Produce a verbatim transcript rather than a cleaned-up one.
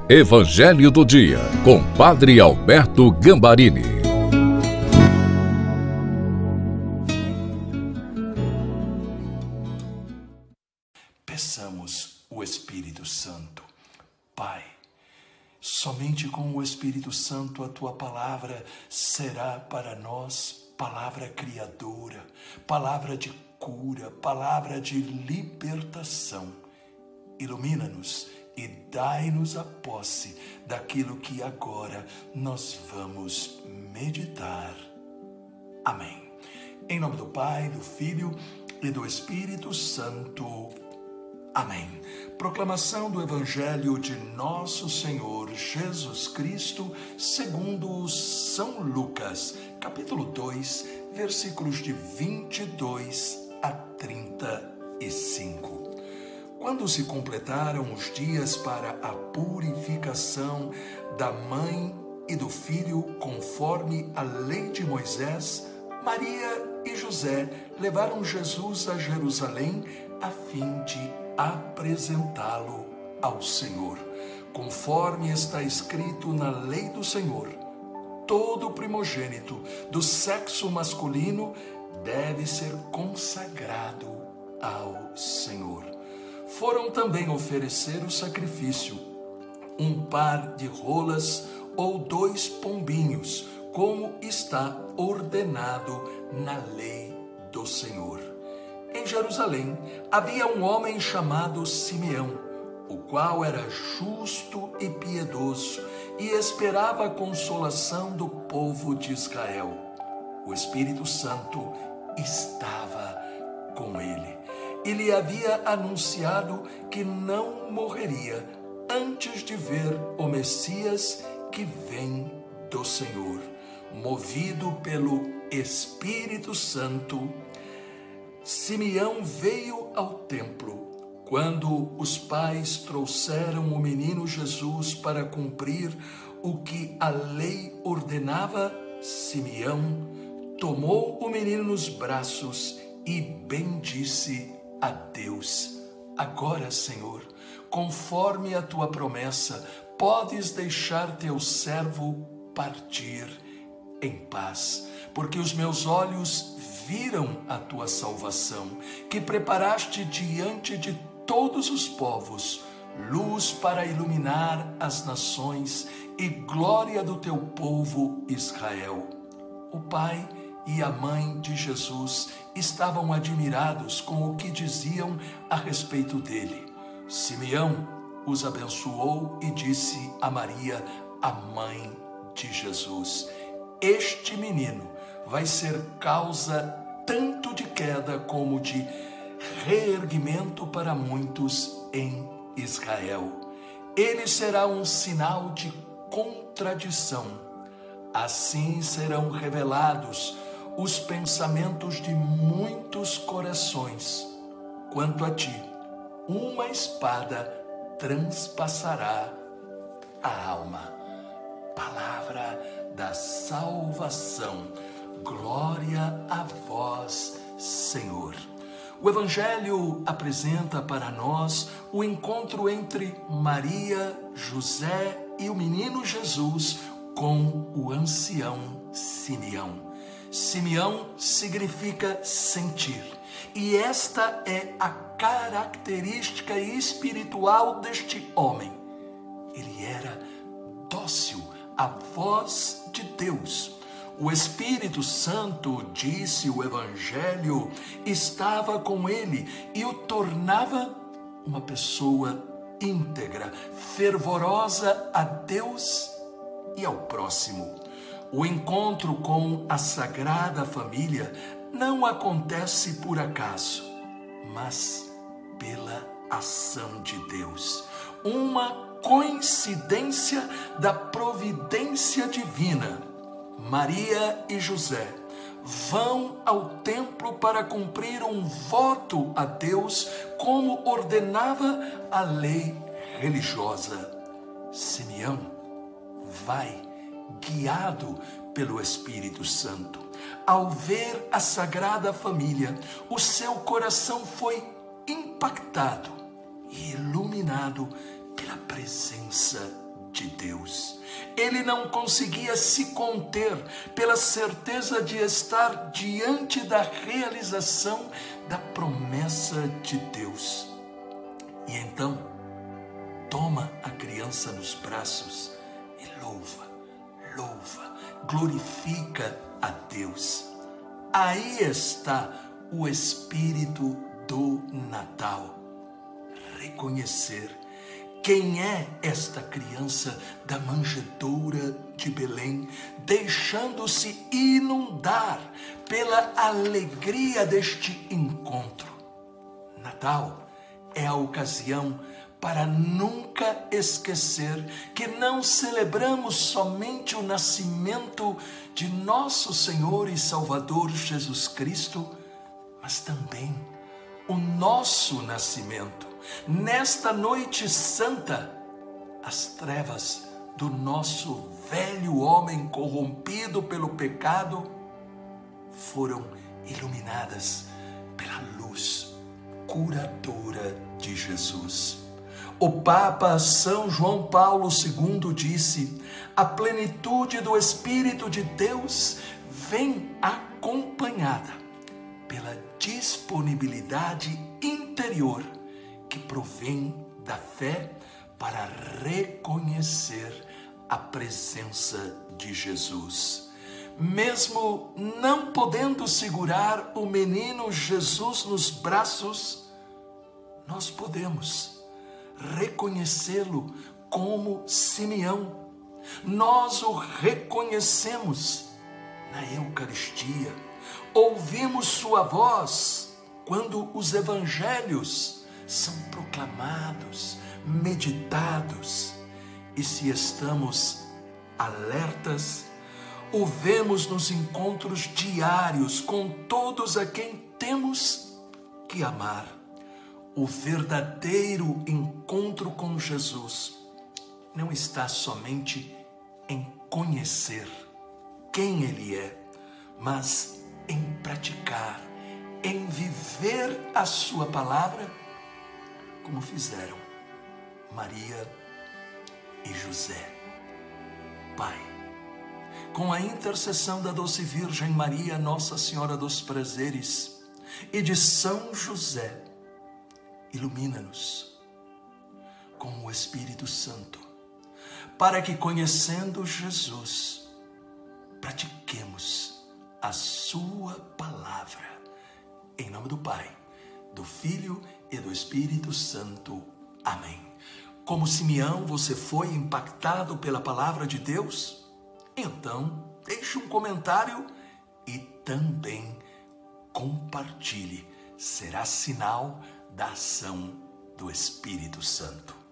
Evangelho do Dia, com Padre Alberto Gambarini. Peçamos o Espírito Santo. Pai, somente com o Espírito Santo a Tua palavra será para nós palavra criadora, palavra de cura, palavra de libertação. Ilumina-nos e dai-nos a posse daquilo que agora nós vamos meditar. Amém. Em nome do Pai, do Filho e do Espírito Santo. Amém. Proclamação do Evangelho de Nosso Senhor Jesus Cristo, segundo São Lucas, capítulo dois, versículos de vinte e dois a trinta e cinco. Quando se completaram os dias para a purificação da mãe e do filho, conforme a lei de Moisés, Maria e José levaram Jesus a Jerusalém a fim de apresentá-lo ao Senhor. Conforme está escrito na lei do Senhor, todo primogênito do sexo masculino deve ser consagrado ao Senhor. Foram também oferecer o sacrifício, um par de rolas ou dois pombinhos, como está ordenado na lei do Senhor. Em Jerusalém havia um homem chamado Simeão, o qual era justo e piedoso e esperava a consolação do povo de Israel. O Espírito Santo estava com ele. Ele havia anunciado que não morreria antes de ver o Messias que vem do Senhor. Movido pelo Espírito Santo, Simeão veio ao templo. Quando os pais trouxeram o menino Jesus para cumprir o que a lei ordenava, Simeão tomou o menino nos braços e bendisse a Deus. Agora, Senhor, conforme a tua promessa, podes deixar teu servo partir em paz, porque os meus olhos viram a tua salvação, que preparaste diante de todos os povos, luz para iluminar as nações e glória do teu povo Israel. O Pai e a mãe de Jesus estavam admirados com o que diziam a respeito dele. Simeão os abençoou e disse a Maria, a mãe de Jesus: este menino vai ser causa tanto de queda como de reerguimento para muitos em Israel. Ele será um sinal de contradição. Assim serão revelados os pensamentos de muitos corações. Quanto a ti, uma espada transpassará a alma. Palavra da salvação. Glória a vós, Senhor. O Evangelho apresenta para nós o encontro entre Maria, José e o menino Jesus com o ancião Simeão. Simeão significa sentir, e esta é a característica espiritual deste homem. Ele era dócil à voz de Deus. O Espírito Santo, disse o Evangelho, estava com ele e o tornava uma pessoa íntegra, fervorosa a Deus e ao próximo. O encontro com a Sagrada Família não acontece por acaso, mas pela ação de Deus. Uma coincidência da providência divina. Maria e José vão ao templo para cumprir um voto a Deus, como ordenava a lei religiosa. Simeão vai guiado pelo Espírito Santo. Ao ver a Sagrada Família, o seu coração foi impactado e iluminado pela presença de Deus. Ele não conseguia se conter pela certeza de estar diante da realização da promessa de Deus. E então, toma a criança nos braços e louva, louva, glorifica a Deus. Aí está o espírito do Natal. Reconhecer quem é esta criança da manjedoura de Belém, deixando-se inundar pela alegria deste encontro. Natal é a ocasião para nunca esquecer que não celebramos somente o nascimento de nosso Senhor e Salvador Jesus Cristo, mas também o nosso nascimento. Nesta noite santa, as trevas do nosso velho homem corrompido pelo pecado foram iluminadas pela luz curadora de Jesus. O Papa São João Paulo segundo disse: a plenitude do Espírito de Deus vem acompanhada pela disponibilidade interior que provém da fé para reconhecer a presença de Jesus. Mesmo não podendo segurar o menino Jesus nos braços, nós podemos reconhecê-lo como Simeão. Nós o reconhecemos na Eucaristia. Ouvimos sua voz quando os evangelhos são proclamados, meditados. E se estamos alertas, o vemos nos encontros diários com todos a quem temos que amar. O verdadeiro encontro com Jesus não está somente em conhecer quem Ele é, mas em praticar, em viver a sua palavra, como fizeram Maria e José. Pai, com a intercessão da doce Virgem Maria, Nossa Senhora dos Prazeres, e de São José, ilumina-nos com o Espírito Santo, para que, conhecendo Jesus, pratiquemos a sua palavra. Em nome do Pai, do Filho e do Espírito Santo. Amém. Como Simeão, você foi impactado pela palavra de Deus? Então, deixe um comentário e também compartilhe. Será sinal da ação do Espírito Santo.